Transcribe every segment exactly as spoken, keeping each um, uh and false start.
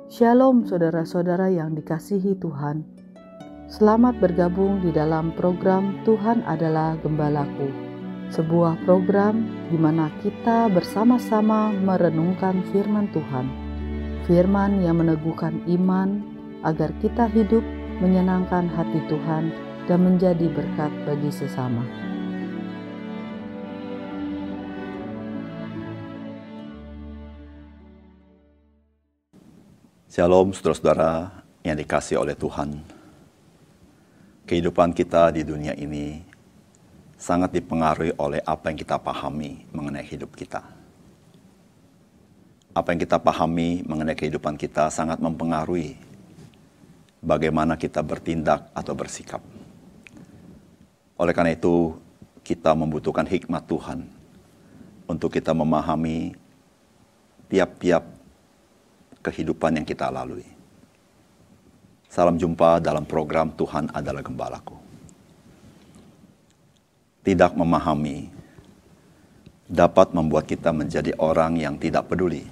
Shalom saudara-saudara yang dikasihi Tuhan. Selamat bergabung di dalam program Tuhan adalah Gembalaku. Sebuah program di mana kita bersama-sama merenungkan firman Tuhan. Firman yang meneguhkan iman agar kita hidup menyenangkan hati Tuhan dan menjadi berkat bagi sesama. Shalom saudara-saudara yang dikasihi oleh Tuhan. Kehidupan kita di dunia ini sangat dipengaruhi oleh apa yang kita pahami mengenai hidup kita. Apa yang kita pahami mengenai kehidupan kita sangat mempengaruhi bagaimana kita bertindak atau bersikap. Oleh karena itu, kita membutuhkan hikmat Tuhan untuk kita memahami tiap-tiap kehidupan yang kita lalui. Salam jumpa dalam program Tuhan adalah Gembalaku. Tidak memahami dapat membuat kita menjadi orang yang tidak peduli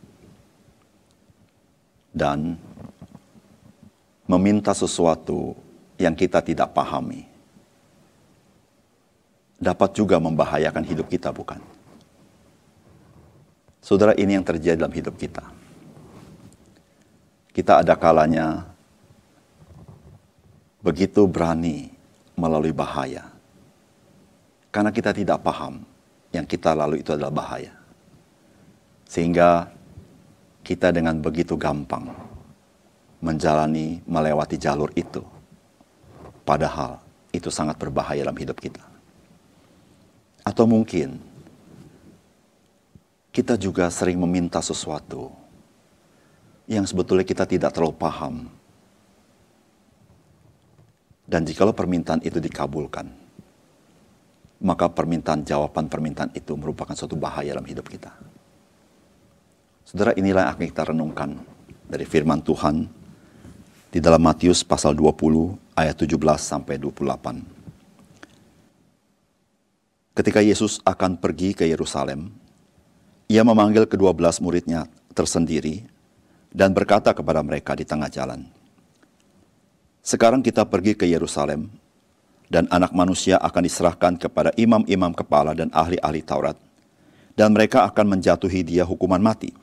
dan meminta sesuatu yang kita tidak pahami. Dapat juga membahayakan hidup kita, bukan? Saudara, ini yang terjadi dalam hidup kita. Kita ada kalanya begitu berani melalui bahaya. Karena kita tidak paham yang kita lalui itu adalah bahaya. Sehingga kita dengan begitu gampang menjalani, melewati jalur itu. Padahal itu sangat berbahaya dalam hidup kita. Atau mungkin kita juga sering meminta sesuatu yang sebetulnya kita tidak terlalu paham. Dan jikalau permintaan itu dikabulkan, maka permintaan jawaban permintaan itu merupakan suatu bahaya dalam hidup kita. Saudara, inilah yang akan kita renungkan dari firman Tuhan di dalam Matius pasal dua puluh ayat tujuh belas sampai dua puluh delapan. Ketika Yesus akan pergi ke Yerusalem, ia memanggil kedua belas muridnya tersendiri dan berkata kepada mereka di tengah jalan, "Sekarang kita pergi ke Yerusalem, dan anak manusia akan diserahkan kepada imam-imam kepala dan ahli-ahli Taurat, dan mereka akan menjatuhi dia hukuman mati.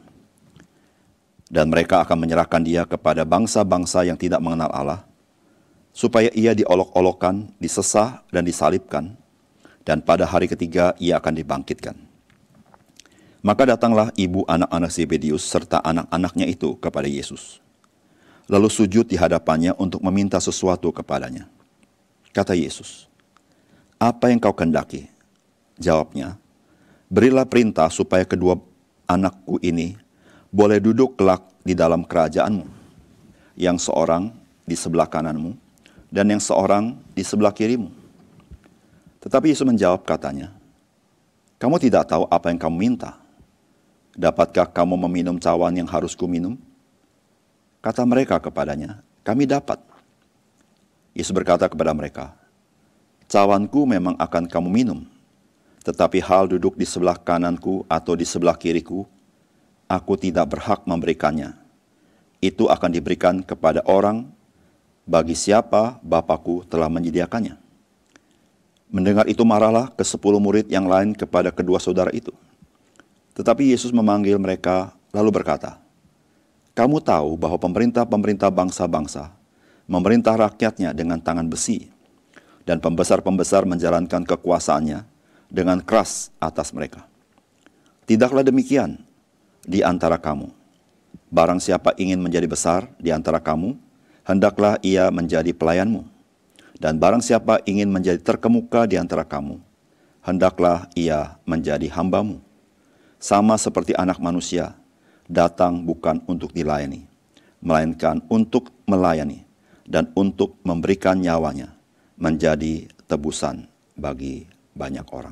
Dan mereka akan menyerahkan dia kepada bangsa-bangsa yang tidak mengenal Allah, supaya ia diolok-olokkan, disesah, dan disalibkan, dan pada hari ketiga ia akan dibangkitkan." Maka datanglah ibu anak-anak Zebedius serta anak-anaknya itu kepada Yesus, lalu sujud di hadapannya untuk meminta sesuatu kepadanya. Kata Yesus, "Apa yang kau kehendaki?" Jawabnya, "Berilah perintah supaya kedua anakku ini boleh duduk kelak di dalam kerajaanmu, yang seorang di sebelah kananmu dan yang seorang di sebelah kirimu." Tetapi Yesus menjawab katanya, "Kamu tidak tahu apa yang kamu minta. Dapatkah kamu meminum cawan yang harus kuminum?" Kata mereka kepadanya, "Kami dapat." Yesus berkata kepada mereka, "Cawanku memang akan kamu minum, tetapi hal duduk di sebelah kananku atau di sebelah kiriku, aku tidak berhak memberikannya. Itu akan diberikan kepada orang bagi siapa Bapakku telah menyediakannya." Mendengar itu marahlah ke sepuluh murid yang lain kepada kedua saudara itu. Tetapi Yesus memanggil mereka lalu berkata, "Kamu tahu bahwa pemerintah-pemerintah bangsa-bangsa memerintah rakyatnya dengan tangan besi, dan pembesar-pembesar menjalankan kekuasaannya dengan keras atas mereka. Tidaklah demikian di antara kamu. Barang siapa ingin menjadi besar di antara kamu, hendaklah ia menjadi pelayanmu. Dan barang siapa ingin menjadi terkemuka di antara kamu, hendaklah ia menjadi hambamu. Sama seperti anak manusia, datang bukan untuk dilayani, melainkan untuk melayani dan untuk memberikan nyawanya menjadi tebusan bagi banyak orang."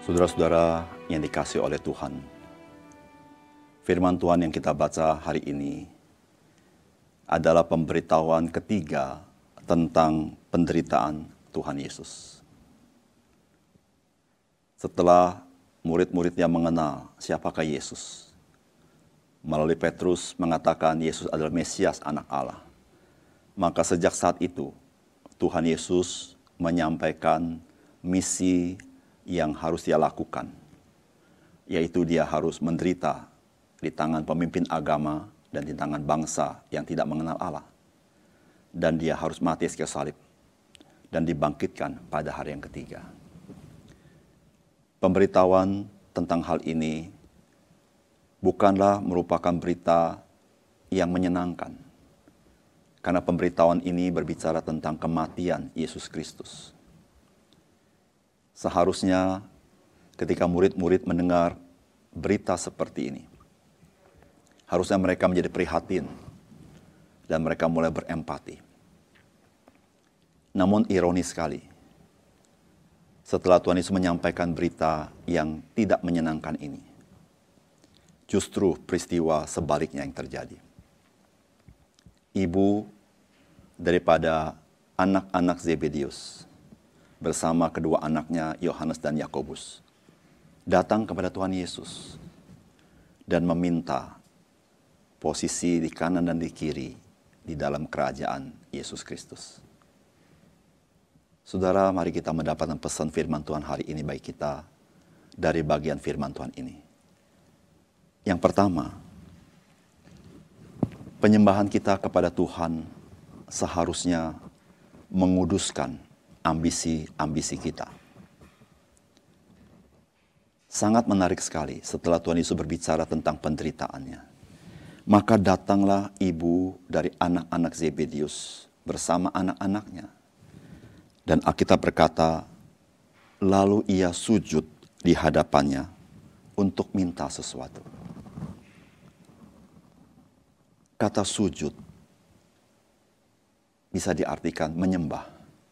Saudara-saudara yang dikasihi oleh Tuhan, firman Tuhan yang kita baca hari ini adalah pemberitahuan ketiga tentang penderitaan Tuhan Yesus. Setelah murid-muridnya mengenal siapakah Yesus, melalui Petrus mengatakan Yesus adalah Mesias, Anak Allah, maka sejak saat itu Tuhan Yesus menyampaikan misi yang harus dia lakukan, yaitu dia harus menderita di tangan pemimpin agama dan di tangan bangsa yang tidak mengenal Allah. Dan dia harus mati di kayu salib dan dibangkitkan pada hari yang ketiga. Pemberitahuan tentang hal ini bukanlah merupakan berita yang menyenangkan, karena pemberitahuan ini berbicara tentang kematian Yesus Kristus. Seharusnya ketika murid-murid mendengar berita seperti ini, harusnya mereka menjadi prihatin dan mereka mulai berempati. Namun ironis sekali, setelah Tuhan Yesus menyampaikan berita yang tidak menyenangkan ini, justru peristiwa sebaliknya yang terjadi. Ibu daripada anak-anak Zebedius bersama kedua anaknya Yohanes dan Yakobus datang kepada Tuhan Yesus dan meminta posisi di kanan dan di kiri di dalam kerajaan Yesus Kristus. Saudara, mari kita mendapatkan pesan firman Tuhan hari ini bagi kita dari bagian firman Tuhan ini. Yang pertama, penyembahan kita kepada Tuhan seharusnya menguduskan ambisi-ambisi kita. Sangat menarik sekali setelah Tuhan Yesus berbicara tentang penderitaannya. Maka datanglah ibu dari anak-anak Zebedius bersama anak-anaknya. Dan Alkitab berkata, lalu ia sujud di hadapannya untuk minta sesuatu. Kata sujud bisa diartikan menyembah.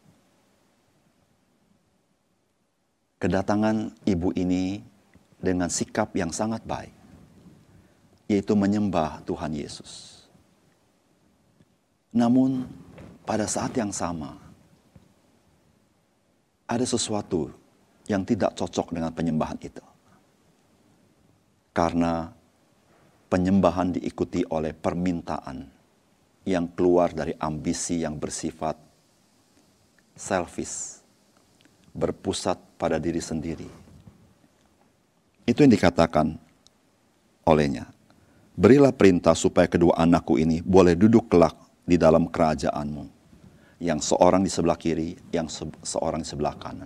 Kedatangan ibu ini dengan sikap yang sangat baik, yaitu menyembah Tuhan Yesus. Namun pada saat yang sama, ada sesuatu yang tidak cocok dengan penyembahan itu. Karena penyembahan diikuti oleh permintaan yang keluar dari ambisi yang bersifat selfish, berpusat pada diri sendiri. Itu yang dikatakan olehnya. Berilah perintah supaya kedua anakku ini boleh duduk kelak di dalam kerajaanmu, yang seorang di sebelah kiri, yang se- seorang di sebelah kanan.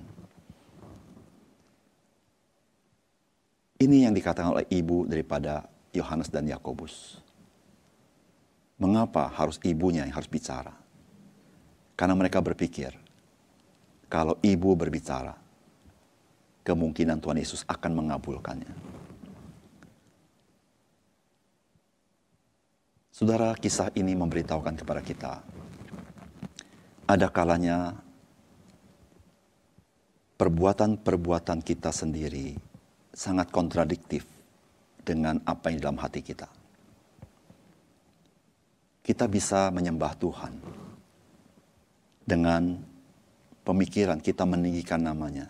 Ini yang dikatakan oleh ibu daripada Yohanes dan Yakobus. Mengapa harus ibunya yang harus bicara? Karena mereka berpikir, kalau ibu berbicara, kemungkinan Tuhan Yesus akan mengabulkannya. Saudara, kisah ini memberitahukan kepada kita, ada kalanya perbuatan-perbuatan kita sendiri sangat kontradiktif dengan apa yang dalam hati kita. Kita bisa menyembah Tuhan dengan pemikiran kita meninggikan namanya.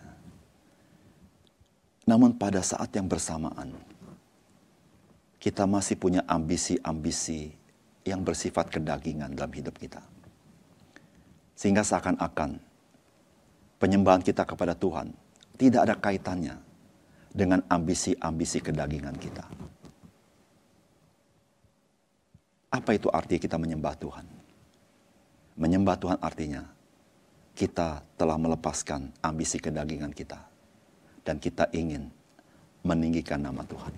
Namun pada saat yang bersamaan, kita masih punya ambisi-ambisi yang bersifat kedagingan dalam hidup kita. Sehingga seakan-akan penyembahan kita kepada Tuhan tidak ada kaitannya dengan ambisi-ambisi kedagingan kita. Apa itu arti kita menyembah Tuhan? Menyembah Tuhan artinya kita telah melepaskan ambisi kedagingan kita dan kita ingin meninggikan nama Tuhan.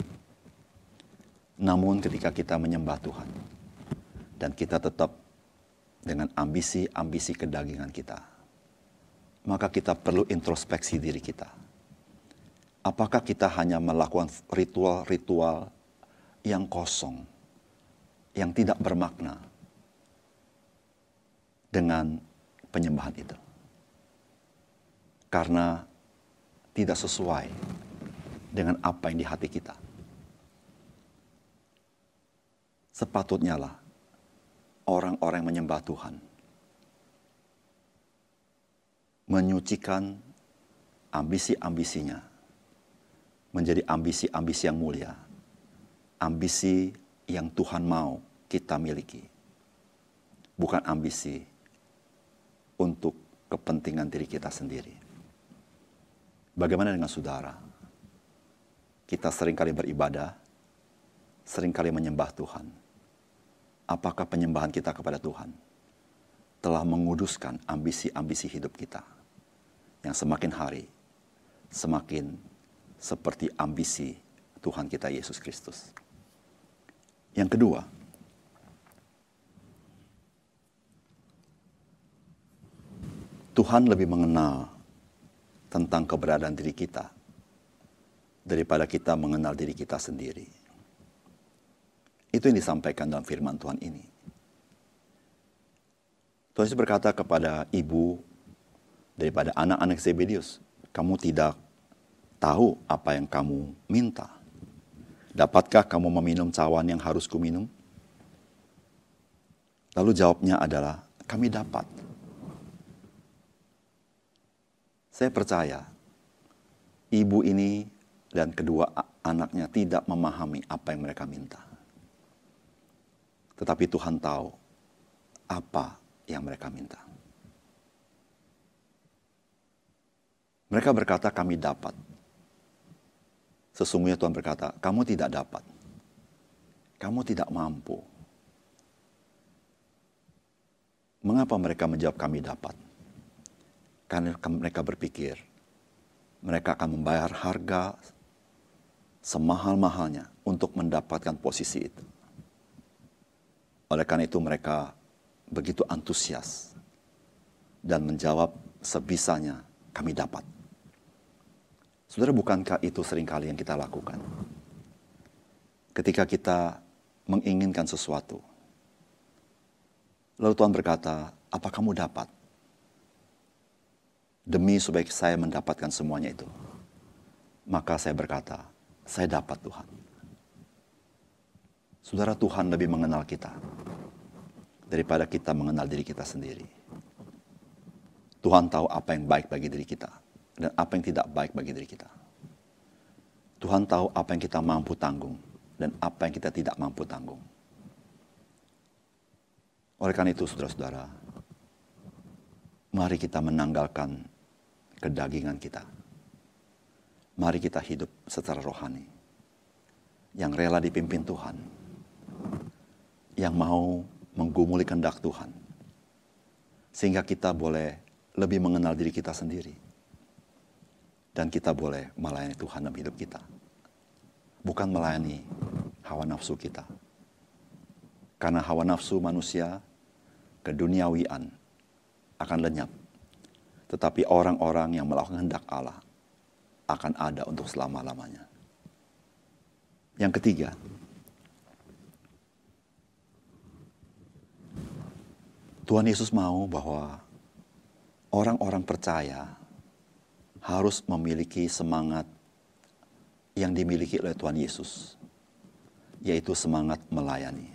Namun ketika kita menyembah Tuhan dan kita tetap dengan ambisi-ambisi kedagingan kita, maka kita perlu introspeksi diri kita. Apakah kita hanya melakukan ritual-ritual yang kosong, yang tidak bermakna dengan penyembahan itu? Karena tidak sesuai dengan apa yang di hati kita. Sepatutnya lah orang-orang yang menyembah Tuhan menyucikan ambisi-ambisinya menjadi ambisi-ambisi yang mulia, ambisi yang Tuhan mau kita miliki, bukan ambisi untuk kepentingan diri kita sendiri. Bagaimana dengan saudara? Kita seringkali beribadah, seringkali menyembah Tuhan. Apakah penyembahan kita kepada Tuhan telah menguduskan ambisi-ambisi hidup kita yang semakin hari semakin seperti ambisi Tuhan kita Yesus Kristus? Yang kedua, Tuhan lebih mengenal tentang keberadaan diri kita daripada kita mengenal diri kita sendiri. Itu yang disampaikan dalam firman Tuhan ini. Tuhan Yesus berkata kepada ibu daripada anak-anak Zebedius, kamu tidak tahu apa yang kamu minta. Dapatkah kamu meminum cawan yang harus kuminum? Lalu jawabnya adalah, kami dapat. Saya percaya ibu ini dan kedua anaknya tidak memahami apa yang mereka minta. Tetapi Tuhan tahu apa yang mereka minta. Mereka berkata, kami dapat. Sesungguhnya Tuhan berkata, kamu tidak dapat. Kamu tidak mampu. Mengapa mereka menjawab kami dapat? Karena mereka berpikir, mereka akan membayar harga semahal-mahalnya untuk mendapatkan posisi itu. Oleh karena itu mereka begitu antusias dan menjawab sebisanya, kami dapat. Saudara, bukankah itu seringkali yang kita lakukan? Ketika kita menginginkan sesuatu, lalu Tuhan berkata, apa kamu dapat? Demi supaya saya mendapatkan semuanya itu. Maka saya berkata, saya dapat Tuhan. Saudara, Tuhan lebih mengenal kita daripada kita mengenal diri kita sendiri. Tuhan tahu apa yang baik bagi diri kita dan apa yang tidak baik bagi diri kita. Tuhan tahu apa yang kita mampu tanggung dan apa yang kita tidak mampu tanggung. Oleh karena itu, saudara-saudara, mari kita menanggalkan kedagingan kita. Mari kita hidup secara rohani, yang rela dipimpin Tuhan, yang mau menggumuli kehendak Tuhan, sehingga kita boleh lebih mengenal diri kita sendiri, dan kita boleh melayani Tuhan dalam hidup kita, bukan melayani hawa nafsu kita. Karena hawa nafsu manusia, keduniawian akan lenyap, tetapi orang-orang yang melakukan kehendak Allah akan ada untuk selama-lamanya. Yang ketiga, Tuhan Yesus mau bahwa orang-orang percaya harus memiliki semangat yang dimiliki oleh Tuhan Yesus, yaitu semangat melayani.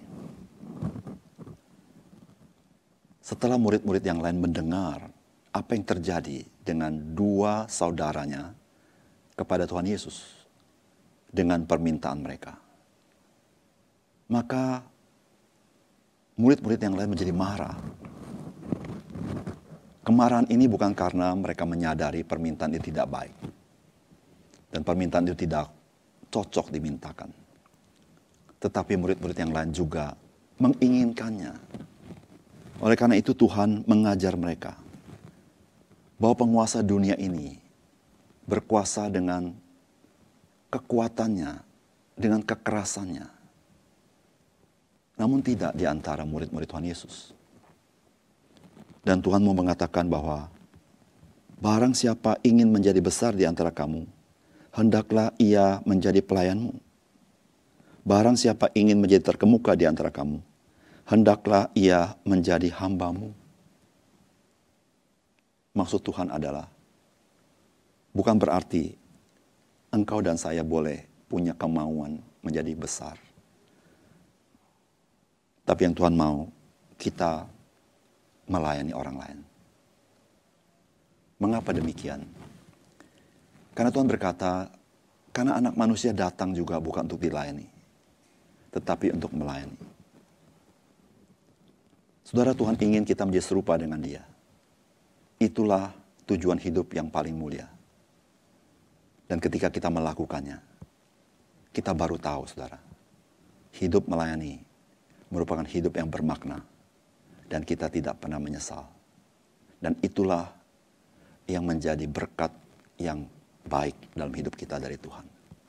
Setelah murid-murid yang lain mendengar apa yang terjadi dengan dua saudaranya kepada Tuhan Yesus dengan permintaan mereka, maka murid-murid yang lain menjadi marah. Kemarahan ini bukan karena mereka menyadari permintaan itu tidak baik dan permintaan itu tidak cocok dimintakan, tetapi murid-murid yang lain juga menginginkannya. Oleh karena itu Tuhan mengajar mereka bahwa penguasa dunia ini berkuasa dengan kekuatannya, dengan kekerasannya. Namun tidak di antara murid-murid Tuhan Yesus. Dan Tuhan mau mengatakan bahwa barang siapa ingin menjadi besar di antara kamu, hendaklah ia menjadi pelayanmu. Barang siapa ingin menjadi terkemuka di antara kamu, hendaklah ia menjadi hambamu. Maksud Tuhan adalah bukan berarti engkau dan saya boleh punya kemauan menjadi besar. Tapi yang Tuhan mau, kita melayani orang lain. Mengapa demikian? Karena Tuhan berkata, karena anak manusia datang juga bukan untuk dilayani, tetapi untuk melayani. Saudara, Tuhan ingin kita menjadi serupa dengan Dia. Itulah tujuan hidup yang paling mulia. Dan ketika kita melakukannya, kita baru tahu, saudara, hidup melayani merupakan hidup yang bermakna. Dan kita tidak pernah menyesal. Dan itulah yang menjadi berkat yang baik dalam hidup kita dari Tuhan.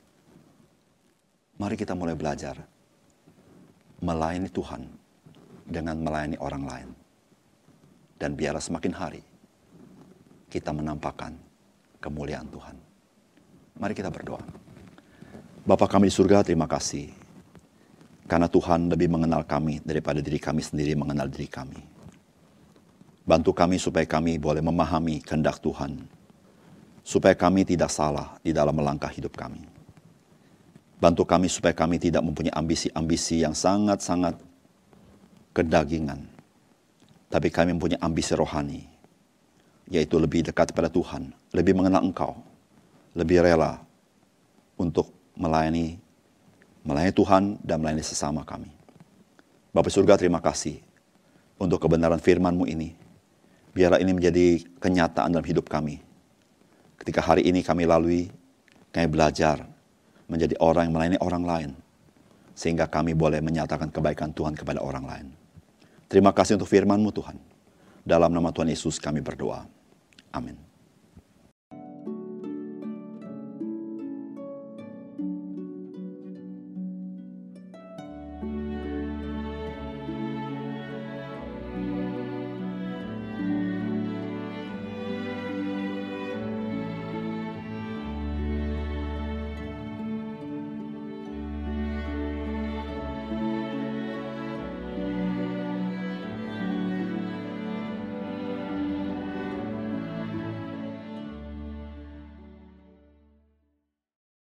Mari kita mulai belajar melayani Tuhan dengan melayani orang lain. Dan biarlah semakin hari kita menampakkan kemuliaan Tuhan. Mari kita berdoa. Bapa kami di surga, terima kasih. Karena Tuhan lebih mengenal kami daripada diri kami sendiri mengenal diri kami. Bantu kami supaya kami boleh memahami kehendak Tuhan. Supaya kami tidak salah di dalam melangkah hidup kami. Bantu kami supaya kami tidak mempunyai ambisi-ambisi yang sangat-sangat kedagingan. Tapi kami mempunyai ambisi rohani. Yaitu lebih dekat pada Tuhan. Lebih mengenal Engkau. Lebih rela untuk melayani melayani Tuhan dan melayani sesama kami. Bapa surga, terima kasih untuk kebenaran firman-Mu ini. Biarlah ini menjadi kenyataan dalam hidup kami. Ketika hari ini kami lalui, kami belajar menjadi orang yang melayani orang lain. Sehingga kami boleh menyatakan kebaikan Tuhan kepada orang lain. Terima kasih untuk firman-Mu Tuhan. Dalam nama Tuhan Yesus kami berdoa. Amin.